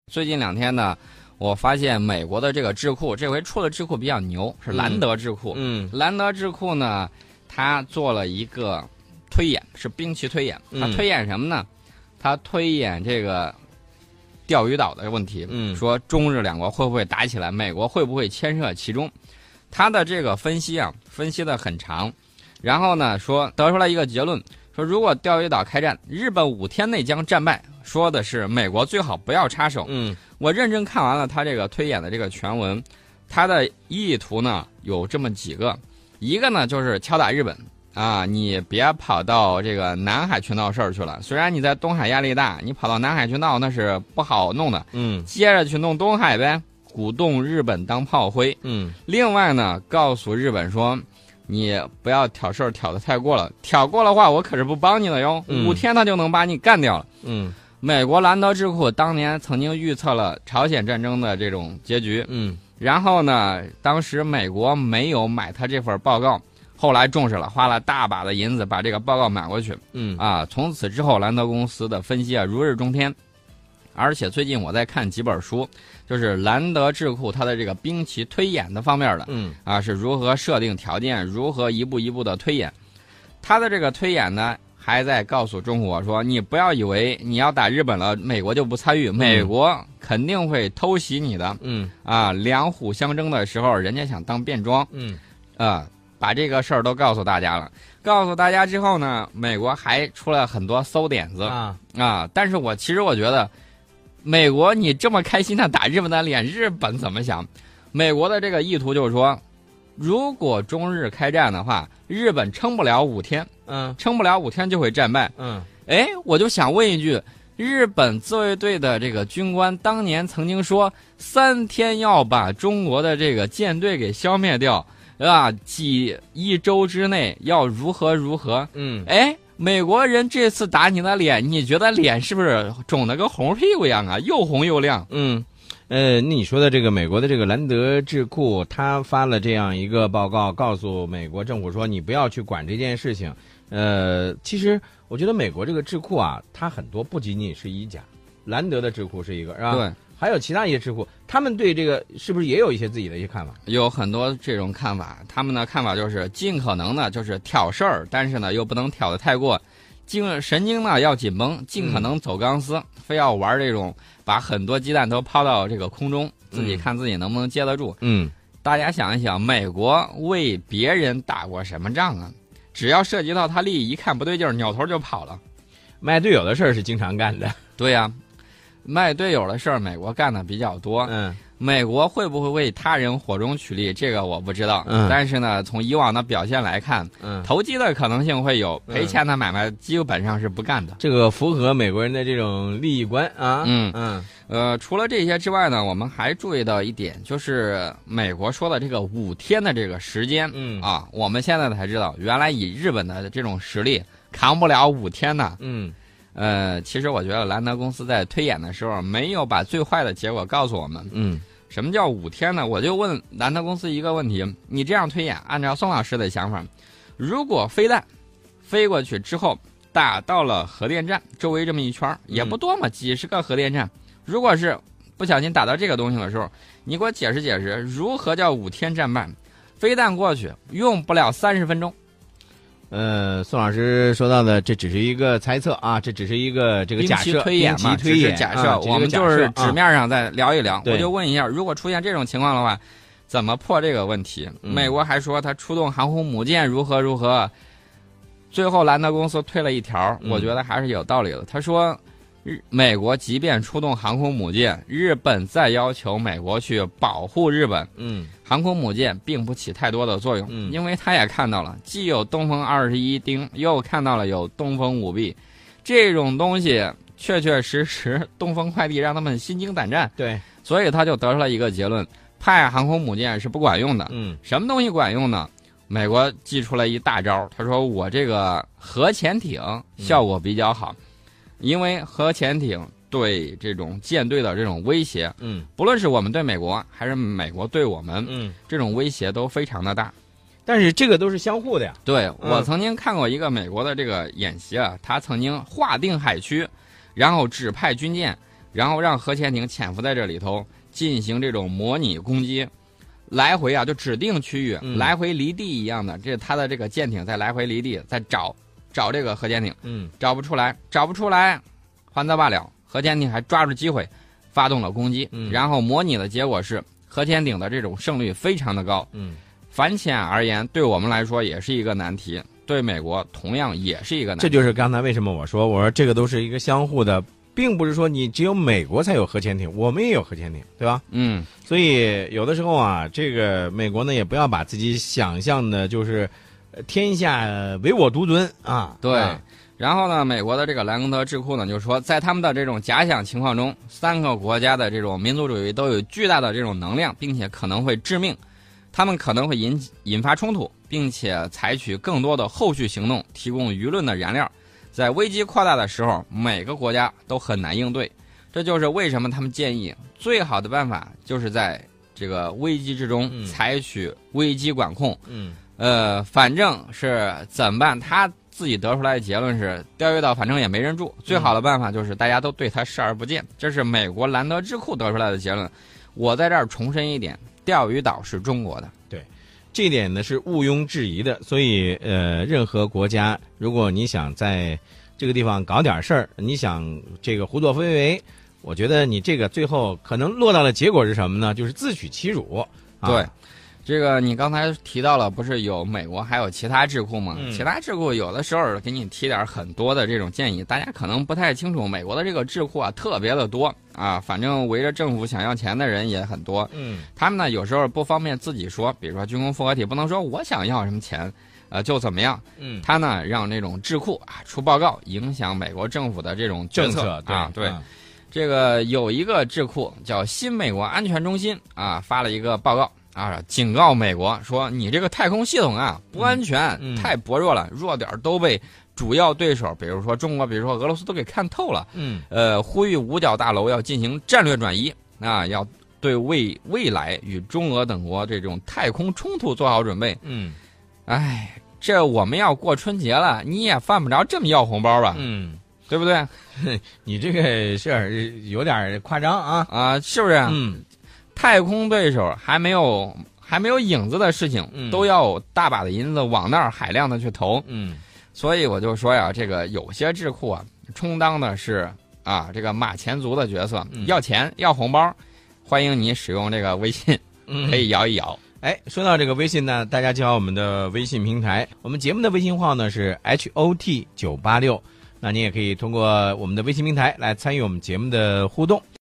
最近2天呢，我发现美国的这个智库，这回出的智库比较牛，是兰德智库。兰德智库呢，他做了一个推演，是兵棋推演。他推演什么呢？他推演这个钓鱼岛的问题。说中日两国会不会打起来，美国会不会牵涉其中？他的这个分析啊，分析的很长，然后呢，说得出来一个结论。说如果钓鱼岛开战，日本5天内将战败，说的是美国最好不要插手。我认真看完了他这个推演的这个全文，他的意图呢有这么几个，一个呢就是敲打日本啊，你别跑到这个南海去闹事儿去了。虽然你在东海压力大，你跑到南海去闹那是不好弄的。接着去弄东海呗，鼓动日本当炮灰。另外呢，告诉日本说，你不要挑事儿挑得太过了，挑过的话我可是不帮你的哟。5天他就能把你干掉了。美国兰德智库当年曾经预测了朝鲜战争的这种结局。然后呢，当时美国没有买他这份报告，后来重视了，花了大把的银子把这个报告买过去。从此之后兰德公司的分析啊如日中天。而且最近我在看几本书，就是兰德智库它的这个兵棋推演的方面的。是如何设定条件，如何一步一步的推演。他的这个推演呢，还在告诉中国说，你不要以为你要打日本了，美国就不参与，美国肯定会偷袭你的。两虎相争的时候，人家想当便装。把这个事儿都告诉大家了。告诉大家之后呢，美国还出了很多馊点子但是其实我觉得，美国你这么开心的打日本的脸，日本怎么想？美国的这个意图就是说，如果中日开战的话，日本撑不了5天，撑不了5天就会战败。我就想问一句，日本自卫队的这个军官当年曾经说3天要把中国的这个舰队给消灭掉，1周之内要如何如何。美国人这次打你的脸，你觉得脸是不是肿得跟红屁股一样啊？又红又亮。 你说的这个美国的这个兰德智库，他发了这样一个报告，告诉美国政府说，你不要去管这件事情。其实我觉得美国这个智库啊，它很多不仅仅是一家，兰德的智库是一个，是吧？对。还有其他一些智库，他们对这个是不是也有一些自己的一些看法？ 有很多这种看法，他们的看法就是尽可能的就是挑事儿，但是呢又不能挑得太过，神经呢要紧绷，尽可能走钢丝，非要玩这种把很多鸡蛋都抛到这个空中，自己看自己能不能接得住。大家想一想，美国为别人打过什么仗啊？只要涉及到他利益，一看不对劲儿，扭头就跑了。 卖队友的事儿是经常干的。 对呀。卖队友的事儿，美国干的比较多。美国会不会为他人火中取栗，这个我不知道。但是呢，从以往的表现来看，投机的可能性会有，赔钱的买卖基本上是不干的。 这个符合美国人的这种利益观啊。 除了这些之外呢，我们还注意到一点，就是美国说的这个5天的这个时间。我们现在才知道，原来以日本的这种实力扛不了5天呢。其实我觉得兰德公司在推演的时候没有把最坏的结果告诉我们。什么叫5天呢？我就问兰德公司一个问题，你这样推演，按照宋老师的想法，如果飞弹飞过去之后打到了核电站周围这么一圈，也不多嘛，几十个核电站，如果是不小心打到这个东西的时候，你给我解释解释，如何叫5天战败？飞弹过去用不了30分钟。 宋老师说到的，这只是一个猜测啊，这只是一个这个假设， 推演嘛，只是假设。我们就是纸面上再聊一聊。我就问一下，如果出现这种情况的话，怎么破这个问题？美国还说他出动航空母舰如何如何，最后兰德公司推了一条，我觉得还是有道理的。他说，美国即便出动航空母舰，日本再要求美国去保护日本，航空母舰并不起太多的作用，因为他也看到了，既有东风21丁，又看到了有东风5B，这种东西确确实实东风快递让他们心惊胆战。 对， 所以他就得出了一个结论，派航空母舰是不管用的。什么东西管用呢？美国祭出了一大招，他说我这个核潜艇效果比较好。因为核潜艇对这种舰队的这种威胁，不论是我们对美国还是美国对我们，这种威胁都非常的大。 但是这个都是相互的呀。 对，我曾经看过一个美国的这个演习啊，他曾经划定海区，然后指派军舰然后让核潜艇潜伏在这里头进行这种模拟攻击，来回啊就指定区域来回离地一样的，这它的这个舰艇在来回离地在找这个核潜艇，找不出来，还则罢了，核潜艇还抓住机会发动了攻击，然后模拟的结果是核潜艇的这种胜率非常的高，反潜而言对我们来说也是一个难题，对美国同样也是一个难题。 这就是刚才为什么我说这个都是一个相互的，并不是说你只有美国才有核潜艇，我们也有核潜艇，对吧？所以有的时候啊，这个美国呢也不要把自己想象的就是天下唯我独尊啊。 对。然后呢，美国的这个莱昂德智库呢，就是说，在他们的这种假想情况中，3个国家的这种民族主义都有巨大的这种能量，并且可能会致命，他们可能会引发冲突，并且采取更多的后续行动，提供舆论的燃料。在危机扩大的时候，每个国家都很难应对。这就是为什么他们建议最好的办法就是在这个危机之中采取危机管控。反正是怎么办？他自己得出来的结论是钓鱼岛反正也没人住，最好的办法就是大家都对他视而不见。这是美国兰德智库得出来的结论。我在这儿重申一点，钓鱼岛是中国的。 对，这一点呢是毋庸置疑的。所以任何国家，如果你想在这个地方搞点事儿，你想这个胡作非为，我觉得你这个最后可能落到的结果是什么呢？就是自取其辱。 对。这个你刚才提到了，不是有美国还有其他智库吗？其他智库有的时候给你提点很多的这种建议，大家可能不太清楚。美国的这个智库啊特别的多啊，反正围着政府想要钱的人也很多。他们呢有时候不方便自己说，比如说军工复合体不能说我想要什么钱，就怎么样。他呢让这种智库啊出报告，影响美国政府的这种政策啊。对，这个有一个智库叫新美国安全中心啊，发了一个报告。警告美国说，你这个太空系统啊不安全，太薄弱了，弱点都被主要对手，比如说中国，比如说俄罗斯都给看透了。呼吁五角大楼要进行战略转移啊，要对未来与中俄等国这种太空冲突做好准备。这我们要过春节了，你也犯不着这么要红包吧？对不对？ 你这个事儿有点夸张啊！ 是不是？太空对手还没有影子的事情，都要有大把的银子往那儿海量的去投。所以我就说呀，这个有些智库啊，充当的是这个马前卒的角色，要钱要红包，欢迎你使用这个微信，可以摇一摇。 说到这个微信呢，大家记好我们的微信平台，我们节目的微信号呢是 HOT986，那你也可以通过我们的微信平台来参与我们节目的互动。